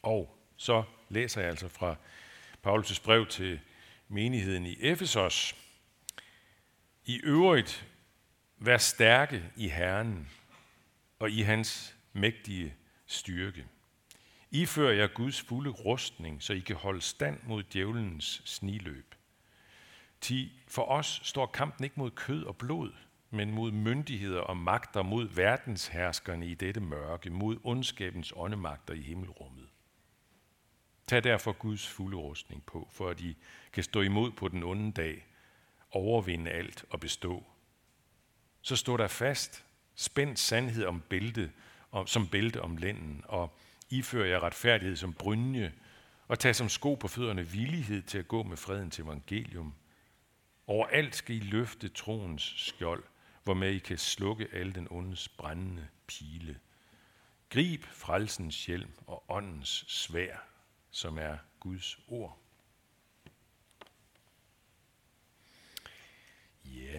Og så læser jeg altså fra Paulus' brev til menigheden i Efesos. I øvrigt, vær stærke i Herren og i hans mægtige styrke. Ifør jer Guds fulde rustning, så I kan holde stand mod djævelens sniløb. For os står kampen ikke mod kød og blod, men mod myndigheder og magter, mod verdensherskerne i dette mørke, mod ondskabens åndemagter i himmelrummet. Tag derfor Guds fulde rustning på, for at I kan stå imod på den onde dag, overvinde alt og bestå. Så stå der fast, spænd sandhed som bælte om lænden, og ifør jer retfærdighed som brynje, og tag som sko på fødderne villighed til at gå med fredens evangelium. Overalt skal I løfte troens skjold, hvormed I kan slukke alle den ondes brændende pile. Grib frelsens hjelm og åndens sværd, som er Guds ord. Ja.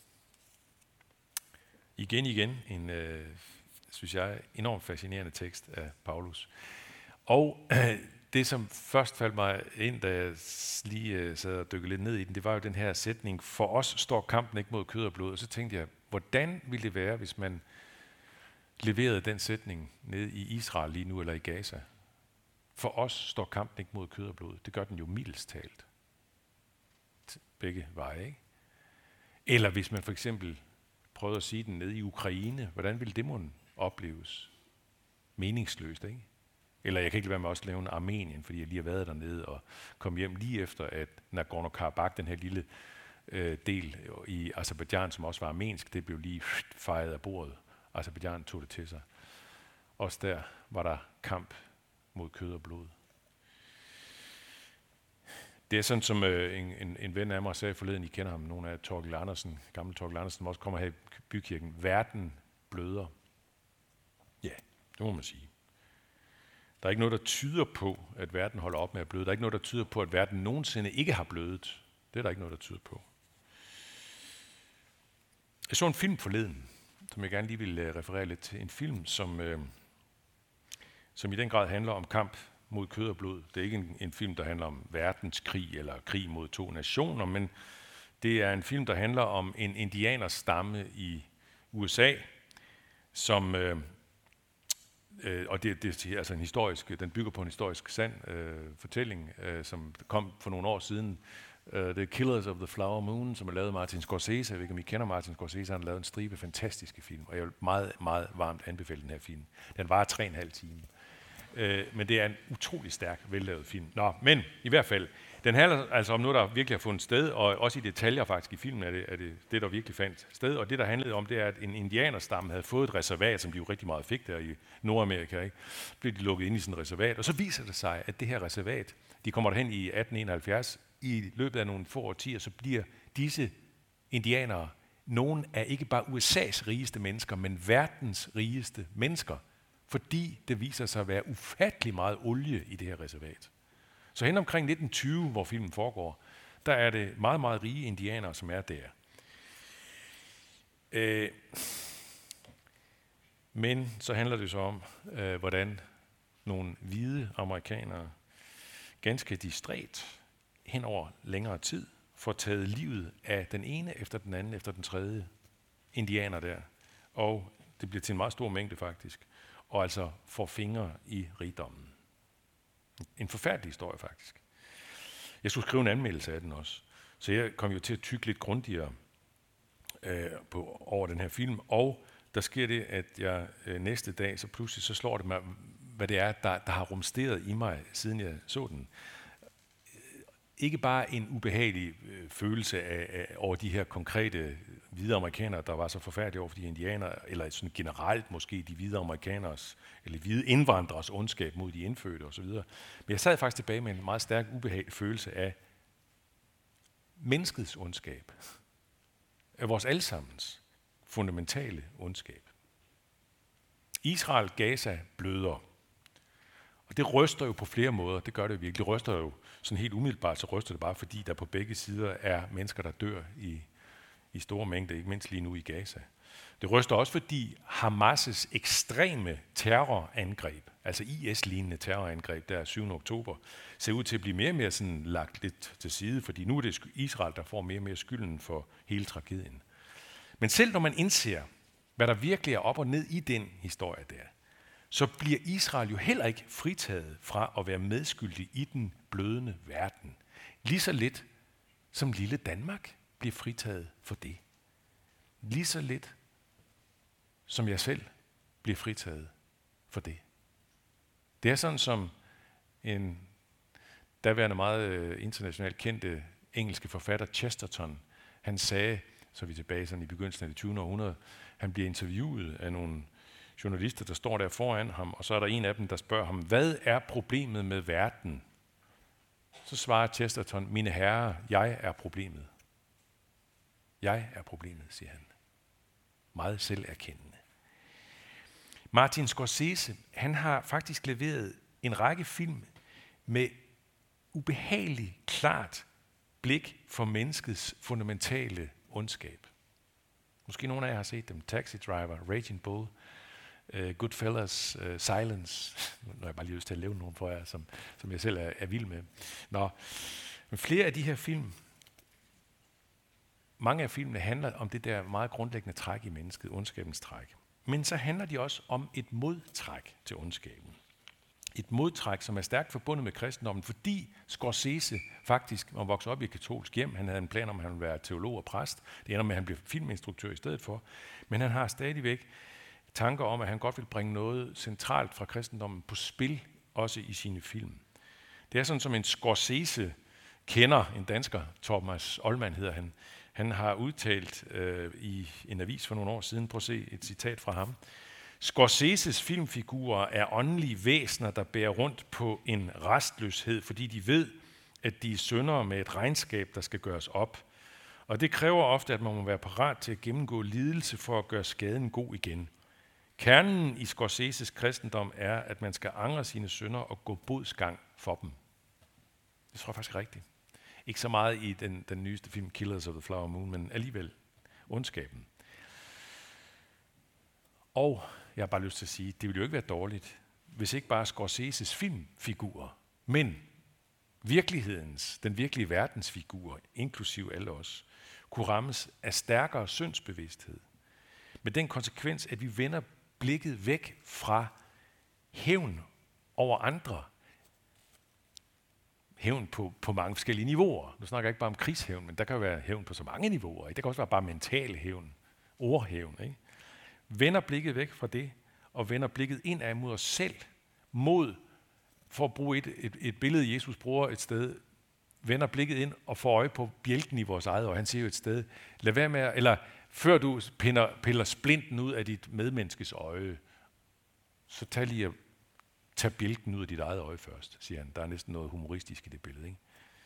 Igen en, synes jeg, enormt fascinerende tekst af Paulus. Og det, som først faldt mig ind, da jeg lige sad og dykkede lidt ned i den, det var jo den her sætning, for os står kampen ikke mod kød og blod. Og så tænkte jeg, hvordan ville det være, hvis man leverede den sætning ned i Israel lige nu, eller i Gaza? For os står kampen ikke mod kød og blod. Det gør den jo mildest talt. Begge veje, ikke? Eller hvis man for eksempel prøvede at sige den nede i Ukraine, hvordan ville det måtte opleves? Meningsløst, ikke? Eller jeg kan ikke lade være med også at lave Armenien, fordi jeg lige har været dernede og kom hjem lige efter, at Nagorno-Karabakh, den her lille del i Aserbajdsjan, som også var armensk, det blev lige fejet af bordet. Aserbajdsjan tog det til sig. Også der var der kamp mod kød og blod. Det er sådan, som en ven af mig sagde forleden, I kender ham, nogle af Torkel Andersen, gamle Torkel Andersen, som også kommer her i bykirken. Verden bløder. Ja, det må man sige. Der er ikke noget, der tyder på, at verden holder op med at bløde. Der er ikke noget, der tyder på, at verden nogensinde ikke har blødet. Det er der ikke noget, der tyder på. Jeg så en film forleden, som jeg gerne lige vil referere lidt til. En film, som i den grad handler om kamp mod kød og blod. Det er ikke en film, der handler om verdenskrig eller krig mod to nationer, men det er en film, der handler om en indianerstamme i USA, som og det er altså en historisk, den bygger på en historisk sand fortælling, som kom for nogle år siden. The Killers of the Flower Moon, som er lavet af Martin Scorsese. Jeg ved ikke, om I kender Martin Scorsese. Han har lavet en stribe fantastiske film, og jeg vil meget, meget varmt anbefale den her film. Den varer 3,5 timer. Men det er en utrolig stærk, vellavet film. Nå, men i hvert fald, den handler altså om noget, der virkelig har fundet sted, og også i detaljer faktisk i filmen er det der virkelig fandt sted. Og det, der handlede om, det er, at en indianerstamme havde fået et reservat, som de jo rigtig meget fik der i Nordamerika. Ikke? Så blev de lukket ind i sådan et reservat, og så viser det sig, at det her reservat, de kommer derhen i 1871, i løbet af nogle få årtier, så bliver disse indianere nogle af ikke bare USA's rigeste mennesker, men verdens rigeste mennesker, fordi det viser sig at være ufattelig meget olie i det her reservat. Så hen omkring 1920, hvor filmen foregår, der er det meget, meget rige indianere, som er der. Men så handler det så om, hvordan nogle hvide amerikanere ganske distræt hen over længere tid får taget livet af den ene efter den anden, efter den tredje indianer der. Og det bliver til en meget stor mængde faktisk. Og altså får fingre i rigdommen. En forfærdelig historie faktisk. Jeg skulle skrive en anmeldelse af den også. Så jeg kom jo til at tygge lidt grundigere over den her film. Og der sker det, at jeg næste dag, så pludselig så slår det mig, hvad det er, der har rumsteret i mig, siden jeg så den. Ikke bare en ubehagelig følelse over de her konkrete hvide amerikanere, der var så forfærdelige over for de indianere, eller sådan generelt måske de hvide amerikaners, eller hvide indvandrers ondskab mod de indfødte osv. Men jeg sad faktisk tilbage med en meget stærk ubehagelig følelse af menneskets ondskab. Af vores allesammens fundamentale ondskab. Israel, Gaza bløder. Og det ryster jo på flere måder. Det gør det virkelig. Det ryster jo sådan helt umiddelbart, så ryster det bare, fordi der på begge sider er mennesker, der dør i store mængder, ikke mindst lige nu i Gaza. Det ryster også, fordi Hamas' ekstreme terrorangreb, altså IS-lignende terrorangreb der 7. oktober, ser ud til at blive mere og mere sådan lagt lidt til side, fordi nu er det Israel, der får mere og mere skylden for hele tragedien. Men selv når man indser, hvad der virkelig er op og ned i den historie der, så bliver Israel jo heller ikke fritaget fra at være medskyldig i den blødende verden. Lige så lidt som lille Danmark bliver fritaget for det. Lige så lidt som jeg selv bliver fritaget for det. Det er sådan som en daværende meget internationalt kendte engelske forfatter Chesterton, han sagde, så er vi tilbage sådan i begyndelsen af det 20. århundrede, han bliver interviewet af nogle journalister, der står der foran ham, og så er der en af dem, der spørger ham, hvad er problemet med verden? Så svarer Chesterton, mine herrer, jeg er problemet. Jeg er problemet, siger han. Meget selverkendende. Martin Scorsese, han har faktisk leveret en række film med ubehageligt klart blik for menneskets fundamentale ondskab. Måske nogle af jer har set dem. Taxi Driver, Raging Bull, Goodfellas, Silence. Nu har jeg bare lige lyst til at lave nogle for jer, som jeg selv er vild med. Men flere af de her film, mange af filmene handler om det der meget grundlæggende træk i mennesket, ondskabens træk. Men så handler de også om et modtræk til ondskaben. Et modtræk, som er stærkt forbundet med kristendommen, fordi Scorsese faktisk var vokset op i et katolsk hjem. Han havde en plan om, at han ville være teolog og præst. Det ender med, at han bliver filminstruktør i stedet for. Men han har stadigvæk tanker om, at han godt vil bringe noget centralt fra kristendommen på spil, også i sine film. Det er sådan som en Scorsese kender, en dansker, Thomas Ollmann hedder han. Han har udtalt i en avis for nogle år siden, prøv at se et citat fra ham. Scorseses filmfigurer er åndelige væsener, der bærer rundt på en restløshed, fordi de ved, at de er syndere med et regnskab, der skal gøres op. Og det kræver ofte, at man må være parat til at gennemgå lidelse for at gøre skaden god igen. Kernen i Scorseses kristendom er, at man skal angre sine synder og gå bodsgang for dem. Det tror jeg faktisk er rigtigt. Ikke så meget i den nyeste film, Killers of the Flower Moon, men alligevel ondskaben. Og jeg har bare lyst til at sige, det ville jo ikke være dårligt, hvis ikke bare Scorseses filmfigurer, men den virkelige verdensfigur, inklusive alle os, kunne rammes af stærkere syndsbevidsthed. Med den konsekvens, at vi vender blikket væk fra hævn over andre. Hævn på mange forskellige niveauer. Nu snakker jeg ikke bare om krigshævn, men der kan jo være hævn på så mange niveauer. Ikke? Det kan også være bare mental hævn, ordhævn. Ikke? Vender blikket væk fra det, og vender blikket indad mod os selv, for at bruge et billede, Jesus bruger et sted, vender blikket ind og får øje på bjælken i vores eget øje. Han siger jo et sted, lad være med, eller før du piller splinten ud af dit medmenneskes øje, så tag bjælken ud af dit eget øje først, siger han. Der er næsten noget humoristisk i det billede. Ikke?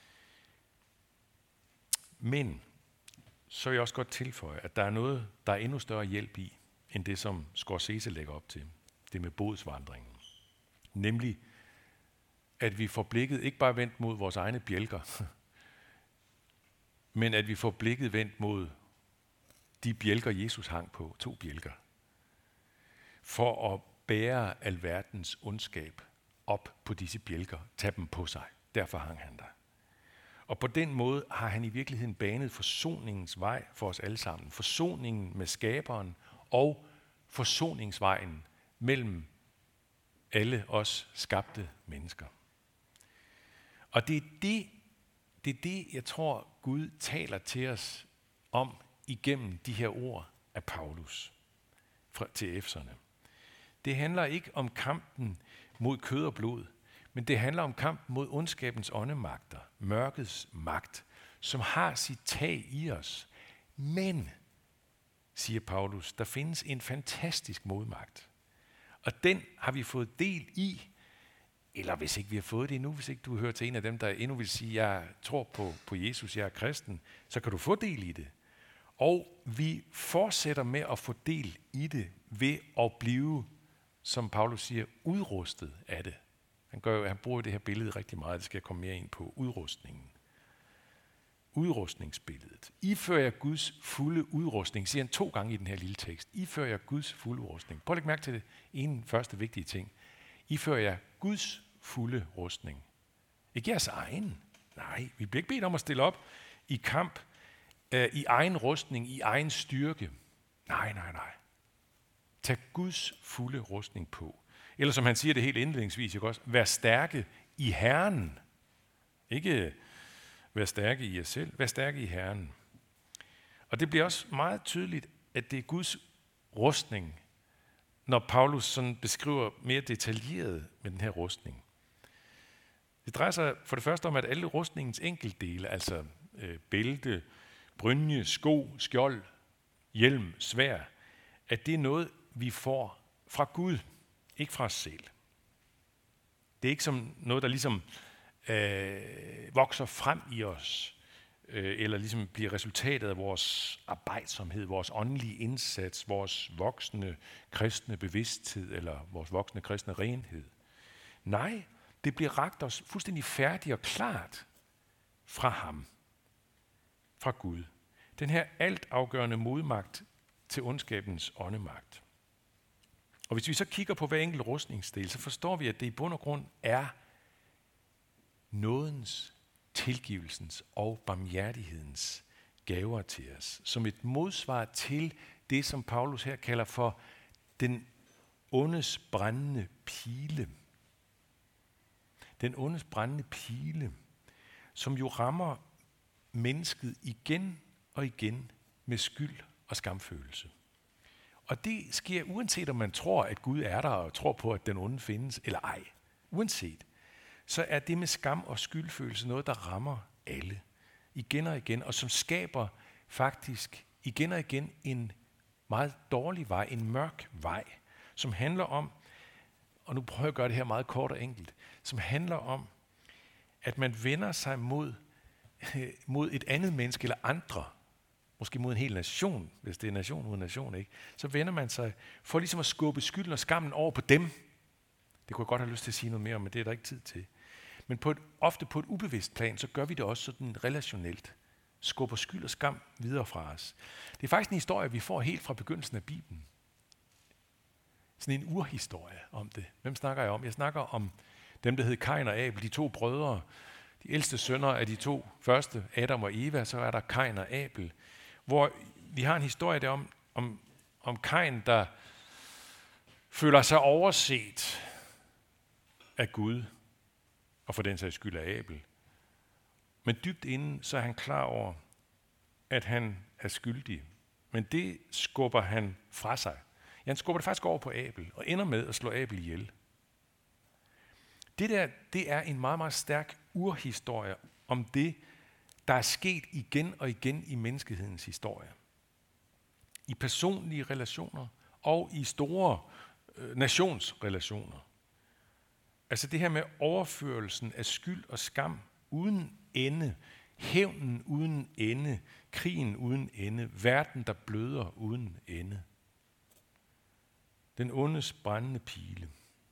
Men så vil jeg også godt tilføje, at der er noget, der er endnu større hjælp i, end det, som Scorsese lægger op til. Det med bodsvandringen. Nemlig, at vi får blikket ikke bare vendt mod vores egne bjælker, men at vi får blikket vendt mod de bjælker, Jesus hang på, 2 bjælker, for at bære alverdens ondskab op på disse bjælker, tage dem på sig. Derfor hang han der. Og på den måde har han i virkeligheden banet forsoningens vej for os alle sammen. Forsoningen med skaberen og forsoningsvejen mellem alle os skabte mennesker. Og det er det, jeg tror, Gud taler til os om igennem de her ord af Paulus til Efeserne. Det handler ikke om kampen mod kød og blod, men det handler om kampen mod ondskabens åndemagter, mørkets magt, som har sit tag i os. Men, siger Paulus, der findes en fantastisk modmagt. Og den har vi fået del i, eller hvis ikke vi har fået det endnu, hvis ikke du hører til en af dem, der endnu vil sige, jeg tror på Jesus, jeg er kristen, så kan du få del i det. Og vi fortsætter med at få del i det ved at blive, som Paulus siger, udrustet af det. Han bruger det her billede rigtig meget, det skal jeg komme mere ind på, udrustningen. Udrustningsbilledet. Ifører jeg Guds fulde udrustning, siger han 2 gange i den her lille tekst. Ifører jeg Guds fulde udrustning. Prøv at lægge mærke til det. En første vigtige ting. ifører jer Guds fulde rustning. Ikke jeres egen. Nej, vi bliver ikke bedt om at stille op i kamp, i egen rustning, i egen styrke. Nej. Tag Guds fulde rustning på. Eller som han siger det helt indledningsvis, ikke også? Vær stærke i Herren. Ikke vær stærke i jer selv, vær stærke i Herren. Og det bliver også meget tydeligt, at det er Guds rustning, når Paulus sådan beskriver mere detaljeret med den her rustning. Det drejer sig for det første om, at alle rustningens enkeltdele, altså bælte, brynje, sko, skjold, hjelm, sværd, at det er noget, vi får fra Gud, ikke fra os selv. Det er ikke som noget, der ligesom vokser frem i os, eller ligesom bliver resultatet af vores arbejdsomhed, vores åndelige indsats, vores voksne kristne bevidsthed, eller vores voksne kristne renhed. Nej, det bliver rakt os fuldstændig færdigt og klart fra ham, fra Gud. Den her altafgørende modmagt til ondskabens åndemagt. Og hvis vi så kigger på hver enkelt rustningsdel, så forstår vi, at det i bund og grund er nådens, tilgivelsens og barmhjertighedens gaver til os, som et modsvar til det, som Paulus her kalder for den ondes brændende pile. Den ondes brændende pile, som jo rammer mennesket igen og igen med skyld og skamfølelse. Og det sker uanset om man tror, at Gud er der og tror på, at den onde findes, eller ej. Uanset, så er det med skam og skyldfølelse noget, der rammer alle igen og igen, og som skaber faktisk igen og igen en meget dårlig vej, en mørk vej, som handler om, og nu prøver jeg at gøre det her meget kort og enkelt, som handler om, at man vender sig mod et andet menneske eller andre, måske mod en hel nation, hvis det er nation mod nation, ikke? Så vender man sig for ligesom at skubbe skylden og skammen over på dem. Det kunne jeg godt have lyst til at sige noget mere om, men det er der ikke tid til. Men ofte på et ubevidst plan, så gør vi det også sådan relationelt. Skubber skyld og skam videre fra os. Det er faktisk en historie, vi får helt fra begyndelsen af Bibelen. Sådan en urhistorie om det. Hvem snakker jeg om? Jeg snakker om dem, der hed Kain og Abel, de to brødre, de ældste sønner af de to første, Adam og Eva, så er der Kain og Abel, hvor vi har en historie der om Kain, der føler sig overset af Gud, og for den sags skyld af Abel. Men dybt inden, så er han klar over, at han er skyldig. Men det skubber han fra sig. Ja, han skubber det faktisk over på Abel, og ender med at slå Abel ihjel. Det der, det er en meget, meget stærk urhistorie om det, der er sket igen og igen i menneskehedens historie. I personlige relationer og i store nationsrelationer. Altså det her med overførelsen af skyld og skam uden ende, hævnen uden ende, krigen uden ende, verden der bløder uden ende. Den ondes brændende pile.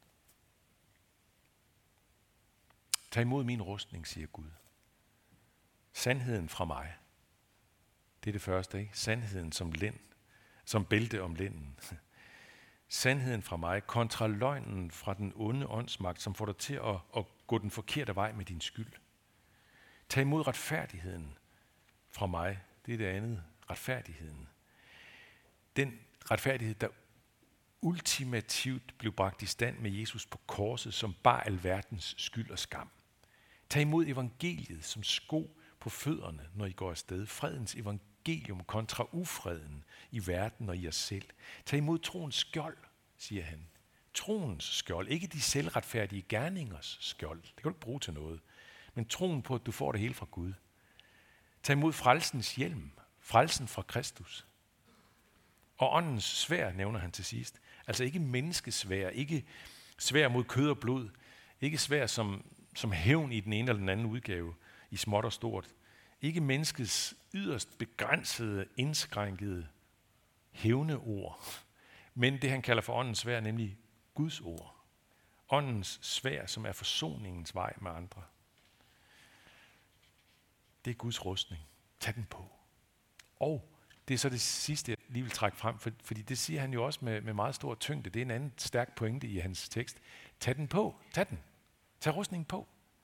Tag imod min rustning, siger Gud. Sandheden fra mig. Det er det første, ikke? Sandheden som lænd, som bælte om lænden. Sandheden fra mig kontra løgnen fra den onde åndsmagt, som får dig til at gå den forkerte vej med din skyld. Tag imod retfærdigheden fra mig. Det er det andet. Retfærdigheden. Den retfærdighed, der ultimativt blev bragt i stand med Jesus på korset, som bar alverdens skyld og skam. Tag imod evangeliet som sko på fødderne, når I går afsted. Fredens evangelium kontra ufreden i verden og i jer selv. Tag imod troens skjold, siger han. Troens skjold, ikke de selvretfærdige gerningers skjold. Det kan du ikke bruge til noget. Men troen på, at du får det hele fra Gud. Tag imod frelsens hjelm, frelsen fra Kristus. Og åndens sværd, nævner han til sidst. Altså ikke menneskesværd, ikke sværd mod kød og blod, ikke sværd som hævn i den ene eller den anden udgave, i småt og stort. Ikke menneskets yderst begrænsede, indskrænkede hævneord, men det han kalder for åndens sværd, nemlig Guds ord. Åndens sværd, som er forsoningens vej med andre. Det er Guds rustning. Tag den på. Og det er så det sidste, jeg lige vil trække frem, fordi det siger han jo også med meget stor tyngde. Det er en anden stærk pointe i hans tekst. Tag den på. Tag den. Tag rustningen på.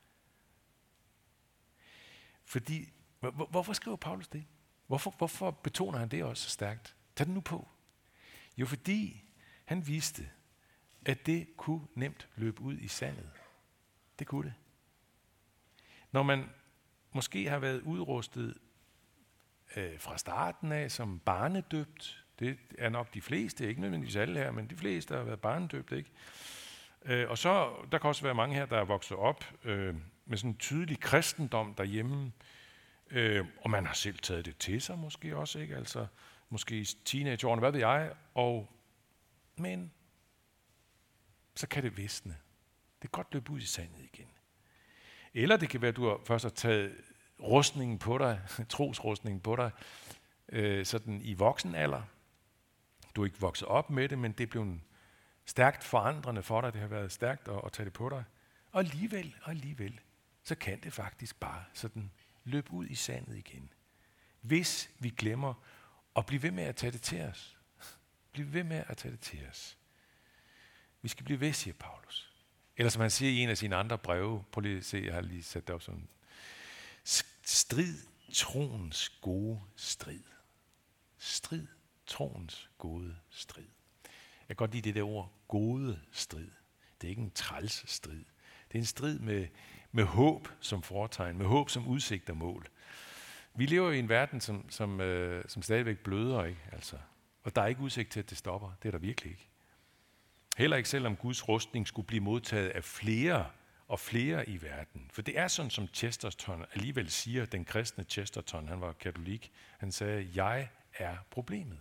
Fordi, hvorfor skriver Paulus det? Hvorfor betoner han det også så stærkt? Tag den nu på. Jo, fordi han vidste, at det kunne nemt løbe ud i sandet. Det kunne det. Når man måske har været udrustet fra starten af som barnedøbt, det er nok de fleste, ikke nødvendigvis alle her, men de fleste har været barnedøbt, ikke? Og så, der kan også være mange her, der er vokset op med sådan en tydelig kristendom derhjemme, og man har selv taget det til sig måske også, ikke? Altså, måske i teenageårene, hvad ved jeg, men så kan det visne. Det kan godt løbe ud i sandet igen. Eller det kan være, at du først har taget rustningen på dig, trosrustningen på dig, sådan i voksen alder. Du er ikke vokset op med det, men det er blevet stærkt forandrende for dig. Det har været stærkt at tage det på dig. Og alligevel, så kan det faktisk bare sådan løbe ud i sandet igen. Hvis vi glemmer at blive ved med at tage det til os. Bliv ved med at tage det til os. Vi skal blive ved, siger Paulus. Eller som han siger i en af sine andre breve, prøv lige at se, jeg har lige sat det op sådan. Strid troens gode strid. Strid troens gode strid. Jeg kan godt lide det der ord, gode strid. Det er ikke en træls strid. Det er en strid med håb som fortegn, med håb som udsigt og mål. Vi lever i en verden, som stadigvæk bløder, ikke? Altså. Og der er ikke udsigt til, at det stopper. Det er der virkelig ikke. Heller ikke selvom Guds rustning skulle blive modtaget af flere og flere i verden. For det er sådan, som Chesterton alligevel siger, den kristne Chesterton, han var katolik, han sagde, jeg er problemet.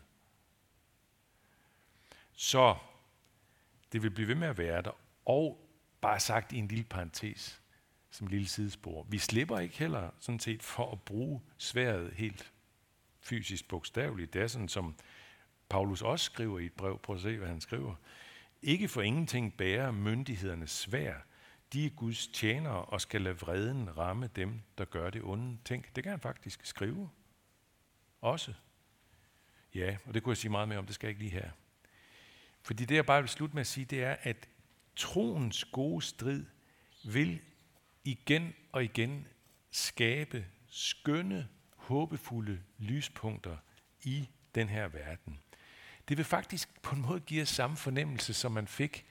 Så det vil blive ved med at være der, og bare sagt i en lille parentes, som en lille sidespor. Vi slipper ikke heller sådan set for at bruge sværdet helt fysisk bogstaveligt. Det er sådan, som Paulus også skriver i et brev. Prøv at se, hvad han skriver. Ikke for ingenting bærer myndighedernes sværd. De er Guds tjenere og skal lade vreden ramme dem, der gør det onde. Tænk, det kan han faktisk skrive. Også. Ja, og det kunne jeg sige meget mere om, det skal jeg ikke lige her. Fordi det, jeg bare vil slutte med at sige, det er, at troens gode strid vil igen og igen skabe skønne, håbefulde lyspunkter i den her verden. Det vil faktisk på en måde give os samme fornemmelse, som man fik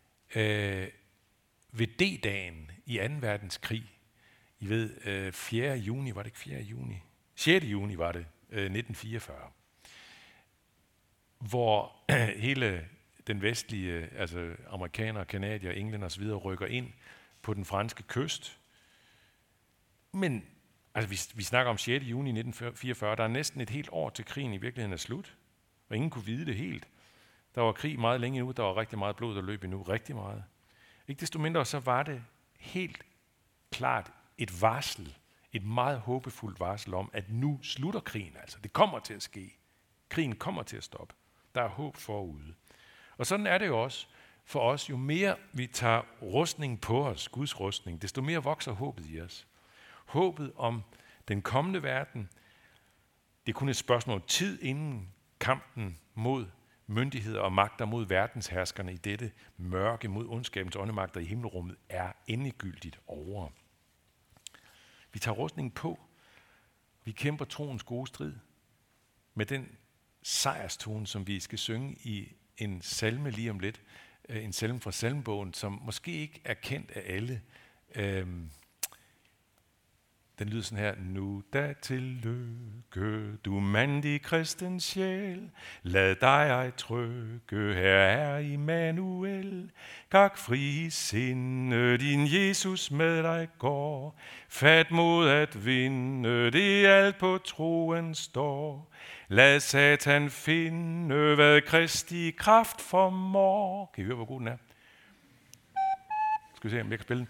ved D-dagen i 2. verdenskrig. I ved, 4. juni, var det ikke 4. juni? 6. juni var det, 1944. Hvor hele den vestlige, altså amerikanere, kanadier, englænder osv. rykker ind på den franske kyst. Men altså, vi snakker om 6. juni 1944, der er næsten et helt år til krigen i virkeligheden er slut. Og ingen kunne vide det helt. Der var krig meget længe endnu, der var rigtig meget blod, der løb endnu, rigtig meget. Ikke desto mindre, så var det helt klart et varsel, et meget håbefuldt varsel om, at nu slutter krigen altså. Det kommer til at ske. Krigen kommer til at stoppe. Der er håb forude. Og sådan er det jo også for os. Jo mere vi tager rustningen på os, Guds rustning, desto mere vokser håbet i os. Håbet om den kommende verden, det er kun et spørgsmål om tid, inden kampen mod myndigheder og magter mod verdensherskerne i dette mørke mod ondskabens åndemagter i himmelrummet er endegyldigt over. Vi tager rustningen på. Vi kæmper troens gode strid med den sejrstone, som vi skal synge i en salme lige om lidt. En salme fra salmebogen, som måske ikke er kendt af alle. Den lyder sådan her. Nu da tillykke, du mandig kristen sjæl. Lad dig ej trykke, her er Immanuel. Gak fri i sinde, din Jesus med dig går. Fat mod at vinde, det alt på troen står. Lad Satan finde, hvad Kristi kraft formår. Kan I høre, hvor god den er? Skal vi se, om jeg kan spille den?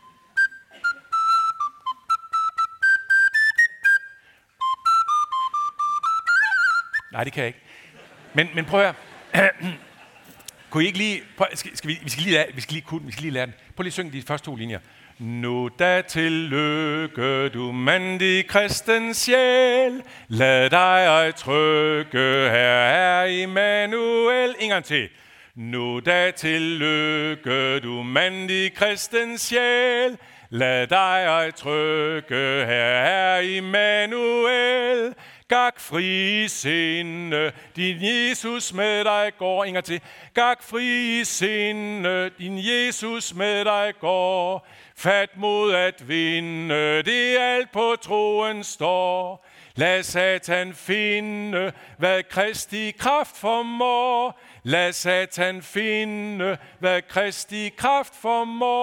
Nej, det kan jeg ikke. Men prøv at høre. Kunne I ikke lige... Vi skal lige lære den. Prøv lige at synge de første 2 linjer. Nu da tillykke, du mandig kristen sjæl. Lad dig ej trygge, her er Immanuel. En gang til. Nu da tillykke, du mandig kristen sjæl. Lad dig ej trygge, her er Immanuel. Gak fri i sinde, din Jesus med dig går. En gang til. Gak fri i sinde, din Jesus med dig går. Fat mod at vinde, det alt på troen står. Lad Satan finde, hvad Kristi kraft formår. Lad Satan finde, hvad Kristi kraft formår.